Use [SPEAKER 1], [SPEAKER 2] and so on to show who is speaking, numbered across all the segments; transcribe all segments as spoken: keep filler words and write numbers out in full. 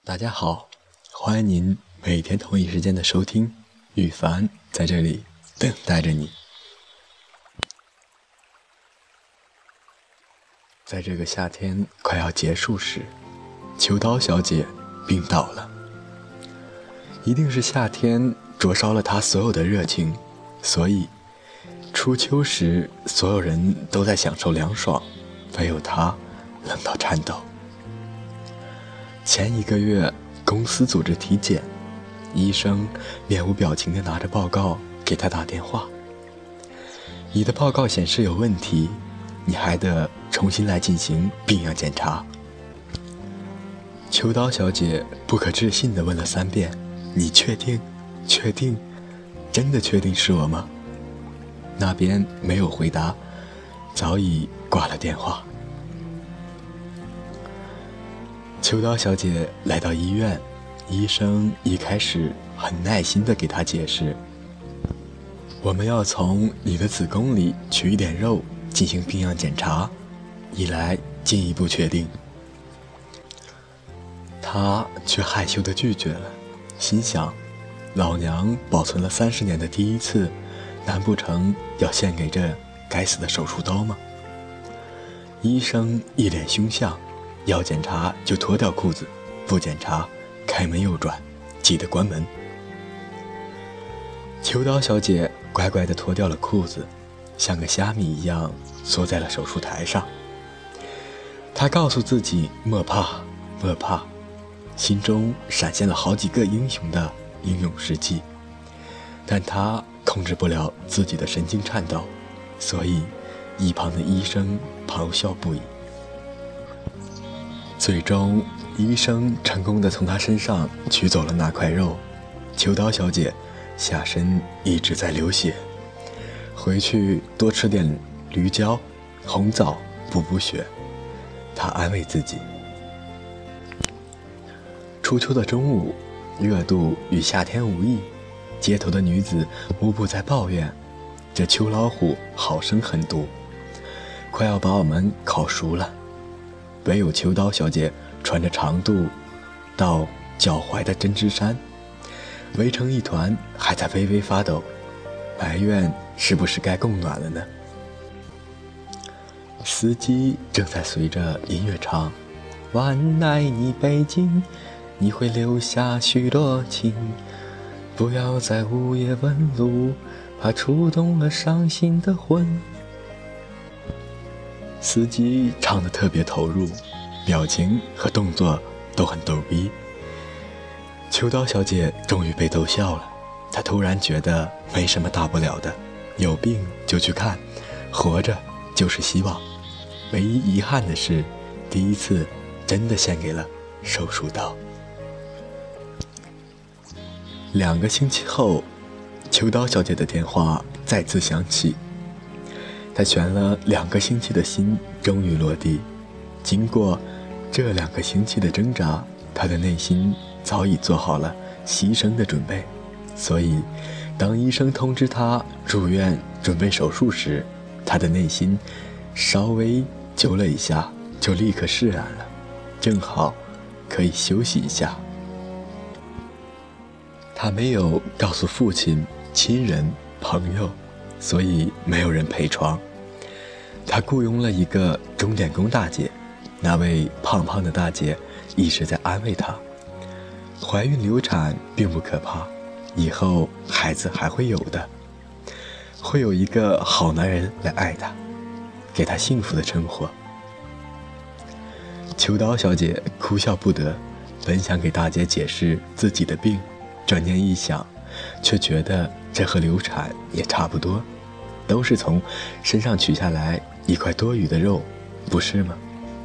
[SPEAKER 1] 大家好，欢迎您每天同一时间的收听，羽凡在这里等待着你。在这个夏天快要结束时，秋刀小姐病倒了。一定是夏天灼烧了她所有的热情，所以初秋时所有人都在享受凉爽，唯有她冷到颤抖。前一个月公司组织体检，医生面无表情地拿着报告给他打电话。你的报告显示有问题，你还得重新来进行病样检查。秋刀小姐不可置信地问了三遍，你确定？确定？真的确定是我吗？那边没有回答，早已挂了电话。秋刀小姐来到医院，医生一开始很耐心地给她解释，我们要从你的子宫里取一点肉进行病样检查，以来进一步确定。她却害羞地拒绝了，心想老娘保存了三十年的第一次，难不成要献给这该死的手术刀吗？医生一脸凶相，要检查就脱掉裤子，不检查开门右转，记得关门。秋刀小姐乖乖地脱掉了裤子，像个虾米一样缩在了手术台上。她告诉自己莫怕莫怕，心中闪现了好几个英雄的英勇事迹，但她控制不了自己的神经颤抖，所以一旁的医生咆哮不已。最终医生成功地从她身上取走了那块肉，秋刀小姐下身一直在流血，回去多吃点驴胶、红枣补补血。她安慰自己。初秋的中午，热度与夏天无异，街头的女子无不在抱怨，这秋老虎好生狠毒，快要把我们烤熟了。唯有秋刀小姐穿着长度到脚踝的针织衫，围成一团，还在微微发抖，埋怨是不是该供暖了呢？司机正在随着音乐唱，晚来你北京，你会留下许多情，不要在午夜问路，怕触动了伤心的魂。司机唱得特别投入，表情和动作都很逗逼。秋刀小姐终于被逗笑了，她突然觉得没什么大不了的，有病就去看，活着就是希望。唯一遗憾的是，第一次真的献给了手术刀。两个星期后，秋刀小姐的电话再次响起，她悬了两个星期的心终于落地。经过这两个星期的挣扎，她的内心早已做好了牺牲的准备，所以当医生通知她住院准备手术时，她的内心稍微揪了一下，就立刻释然了，正好可以休息一下。她没有告诉父亲、亲人、朋友，所以没有人陪床。她雇佣了一个钟点工大姐，那位胖胖的大姐一直在安慰她，怀孕流产并不可怕，以后孩子还会有的，会有一个好男人来爱她，给她幸福的生活。秋刀小姐哭笑不得，本想给大姐解释自己的病，转念一想，却觉得这和流产也差不多，都是从身上取下来一块多余的肉，不是吗？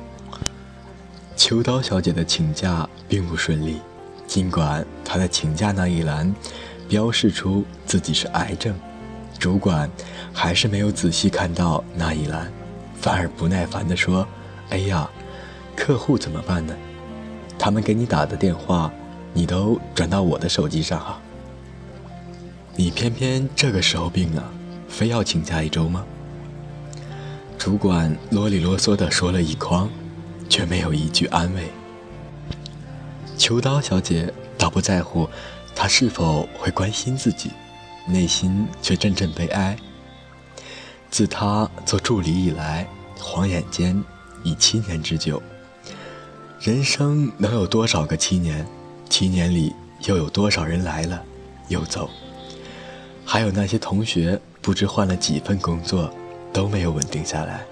[SPEAKER 1] 秋刀小姐的请假并不顺利，尽管她的请假那一栏标示出自己是癌症，主管还是没有仔细看到那一栏，反而不耐烦地说，哎呀，客户怎么办呢？他们给你打的电话你都转到我的手机上啊，你偏偏这个时候病啊，非要请假一周吗？主管啰里啰嗦地说了一筐，却没有一句安慰。 秋刀小姐倒不在乎他是否会关心自己，内心却阵阵悲哀。自他做助理以来，晃眼间已七年之久。人生能有多少个七年？七年里又有多少人来了又走？还有那些同学不知换了几份工作，都没有稳定下来。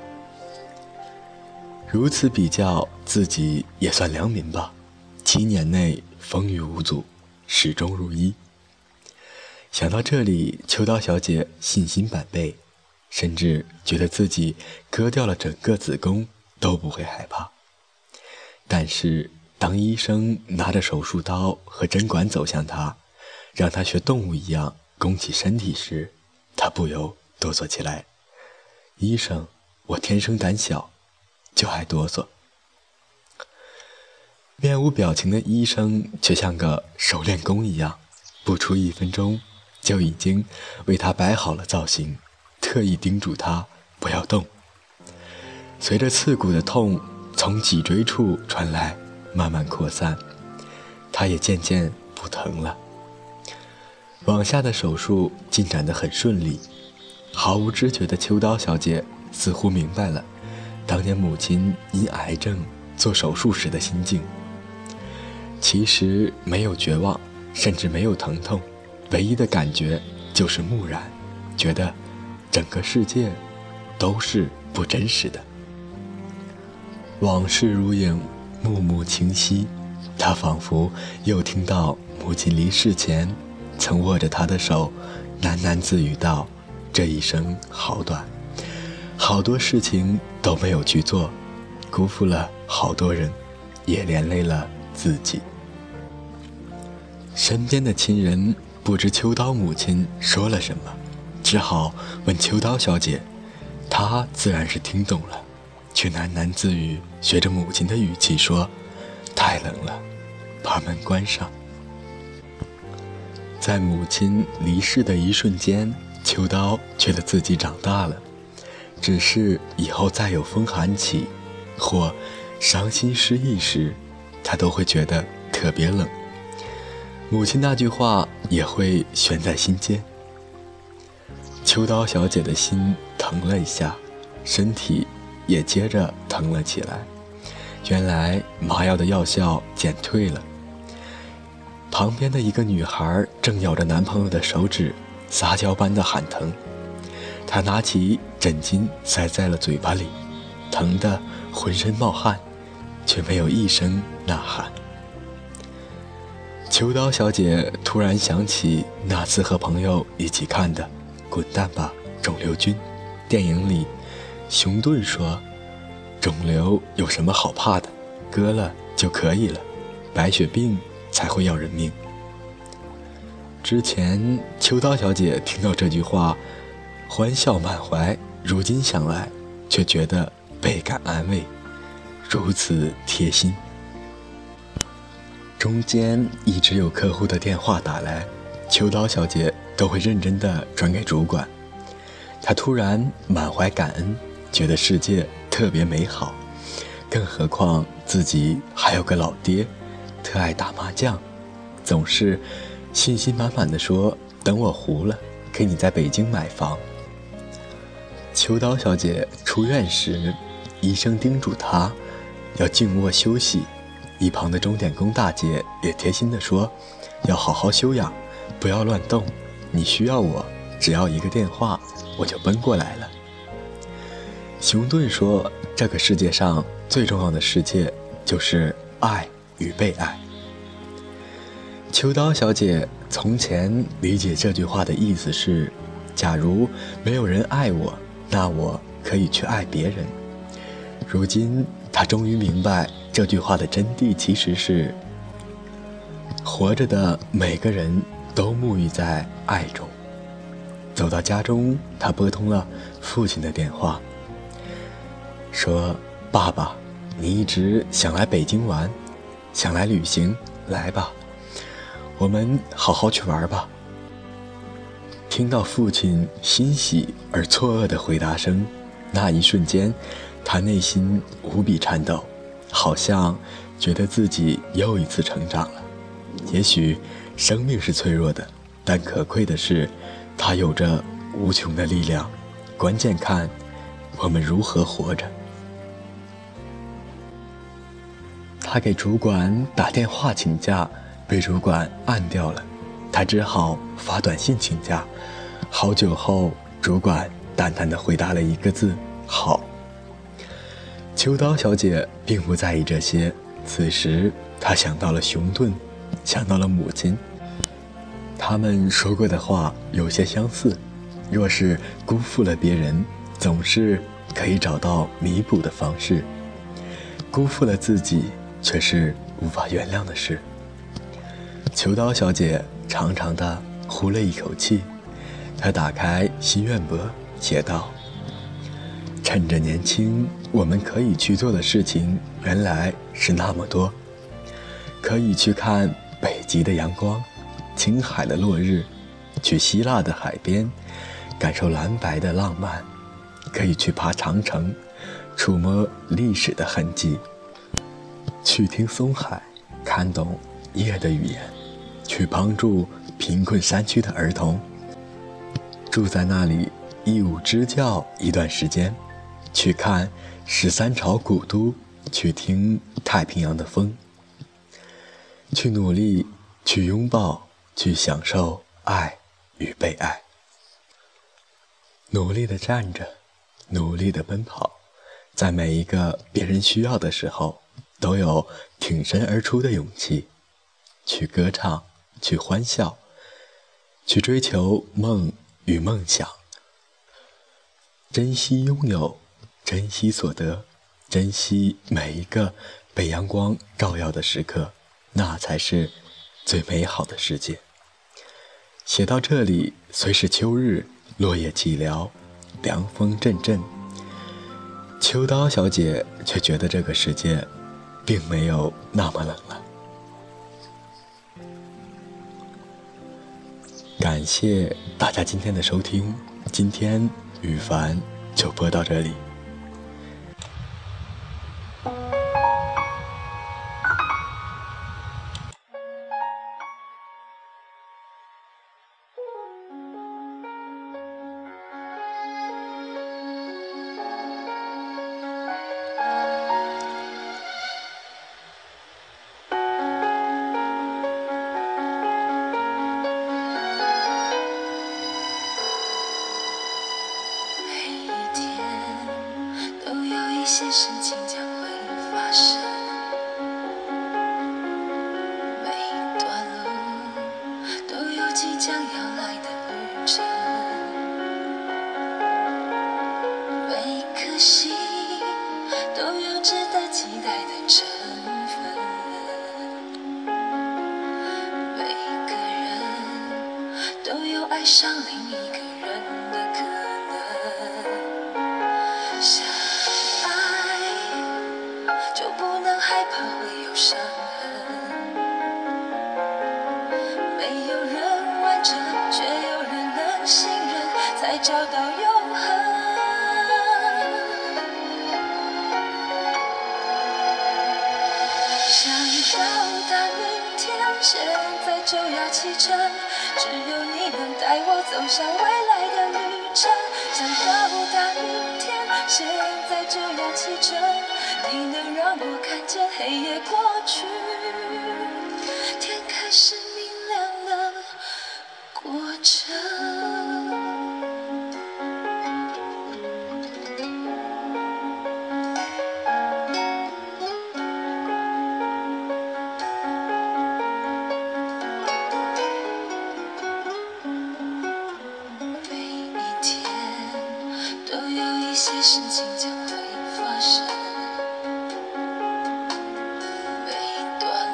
[SPEAKER 1] 如此比较，自己也算良民吧。七年内风雨无阻，始终如一。想到这里，秋刀小姐信心百倍，甚至觉得自己割掉了整个子宫都不会害怕。但是当医生拿着手术刀和针管走向她，让她学动物一样弓起身体时，她不由哆嗦起来。医生，我天生胆小，就爱哆嗦。面无表情的医生却像个熟练工一样，不出一分钟就已经为她摆好了造型，特意叮嘱她不要动。随着刺骨的痛从脊椎处传来，慢慢扩散，她也渐渐不疼了。往下的手术进展得很顺利，毫无知觉的秋刀小姐似乎明白了当年母亲因癌症做手术时的心境。其实没有绝望，甚至没有疼痛，唯一的感觉就是木然，觉得整个世界都是不真实的。往事如影，幕幕清晰，他仿佛又听到母亲离世前曾握着他的手，喃喃自语道：这一生好短，好多事情都没有去做，辜负了好多人，也连累了自己。身边的亲人不知秋刀母亲说了什么，只好问秋刀小姐，她自然是听懂了，却喃喃自语，学着母亲的语气说：太冷了，把门关上。在母亲离世的一瞬间，秋刀觉得自己长大了，只是以后再有风寒起或伤心失意时，他都会觉得特别冷。母亲那句话也会悬在心间。秋刀小姐的心疼了一下，身体也接着疼了起来。原来麻药的药效减退了。旁边的一个女孩正咬着男朋友的手指，撒娇般的喊疼。她拿起枕巾塞在了嘴巴里，疼得浑身冒汗，却没有一声呐喊。秋刀小姐突然想起那次和朋友一起看的《滚蛋吧，肿瘤君》电影里，熊顿说：肿瘤有什么好怕的，割了就可以了，白血病才会要人命。之前秋刀小姐听到这句话欢笑满怀，如今想来却觉得倍感安慰，如此贴心。中间一直有客户的电话打来，秋刀小姐都会认真地转给主管。她突然满怀感恩，觉得世界特别美好，更何况自己还有个老爹，特爱打麻将，总是信心满满地说：等我糊了，给你在北京买房。秋刀小姐出院时，医生叮嘱她要静卧休息，一旁的钟点工大姐也贴心地说：要好好休养，不要乱动，你需要我，只要一个电话，我就奔过来了。熊顿说：这个世界上最重要的世界就是爱与被爱。秋刀小姐从前理解这句话的意思是，假如没有人爱我，那我可以去爱别人。如今她终于明白，这句话的真谛其实是，活着的每个人都沐浴在爱中。走到家中，她拨通了父亲的电话，说：爸爸，你一直想来北京玩，想来旅行，来吧，我们好好去玩吧。听到父亲欣喜而错愕的回答声，那一瞬间，他内心无比颤抖，好像觉得自己又一次成长了。也许生命是脆弱的，但可贵的是它有着无穷的力量，关键看我们如何活着。他给主管打电话请假，被主管按掉了，他只好发短信请假。好久后，主管淡淡地回答了一个字：好。秋刀小姐并不在意这些，此时她想到了熊顿，想到了母亲。他们说过的话有些相似，若是辜负了别人，总是可以找到弥补的方式，辜负了自己却是无法原谅的事。秋刀小姐长长的呼了一口气，她打开心愿簿，写道：趁着年轻，我们可以去做的事情原来是那么多。可以去看北极的阳光，青海的落日，去希腊的海边，感受蓝白的浪漫。可以去爬长城，触摸历史的痕迹，去听松海，看懂夜的语言，去帮助贫困山区的儿童，住在那里义务支教一段时间，去看十三朝古都，去听太平洋的风，去努力，去拥抱，去享受爱与被爱。努力地站着，努力地奔跑，在每一个别人需要的时候，都有挺身而出的勇气，去歌唱，去欢笑，去追求梦与梦想。珍惜拥有，珍惜所得，珍惜每一个被阳光照耀的时刻，那才是最美好的世界。写到这里，虽是秋日，落叶寂寥，凉风阵阵，秋刀小姐却觉得这个世界并没有那么冷了。感谢大家今天的收听，今天羽凡就播到这里。
[SPEAKER 2] 一些事情将会发生，每一段路都有即将要来的旅程，每一颗心都有值得期待的成分，每一个人都有爱上另一个人的可能。相就不能害怕会有伤痕，没有人完整，却有人能信任，才找到永恒。想到达明天，现在就要启程，只有你能带我走向未来的旅程。想到达明天，现在就要启程，你能让我看见黑夜过去，天开始明亮的过程。每一天都有一些事情将会发生，每一段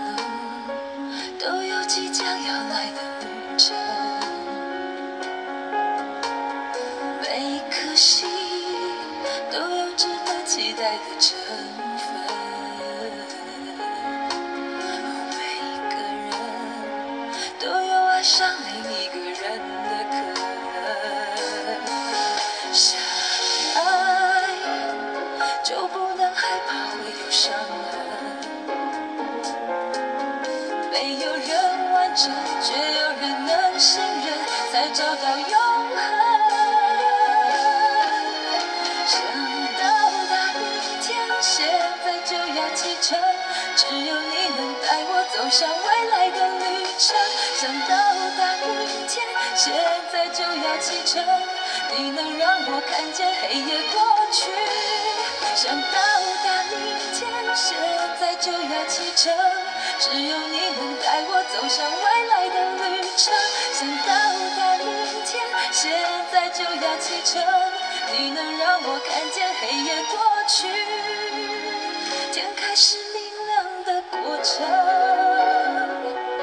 [SPEAKER 2] 却有人能信任，才找到永恒。想到达明天，现在就要启程，只有你能带我走向未来的旅程。想到达明天，现在就要启程，你能让我看见黑夜过去。想到达明天，现在就要启程，只有你能带我走向未来的旅程。想到达明天，现在就要启程，你能让我看见黑夜过去，天开始明亮的过程。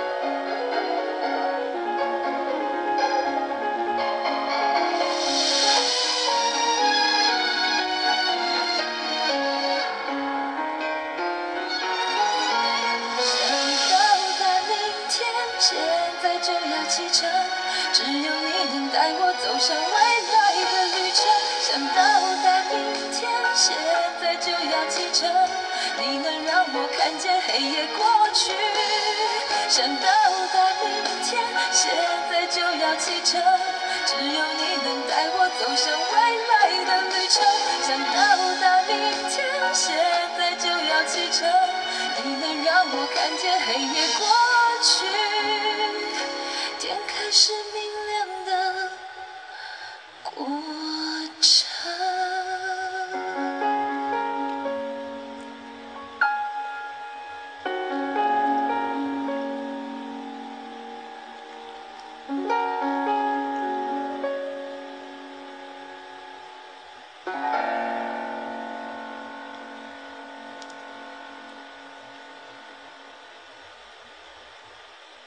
[SPEAKER 2] 现在就要启程，只有你能带我走向未来的旅程。想到达明天，现在就要启程，你能让我看见黑夜过去。想到达明天，现在就要启程，只有你能带我走向未来的旅程。想到达明天，现在就要启程，你能让我看见黑夜过去，天开始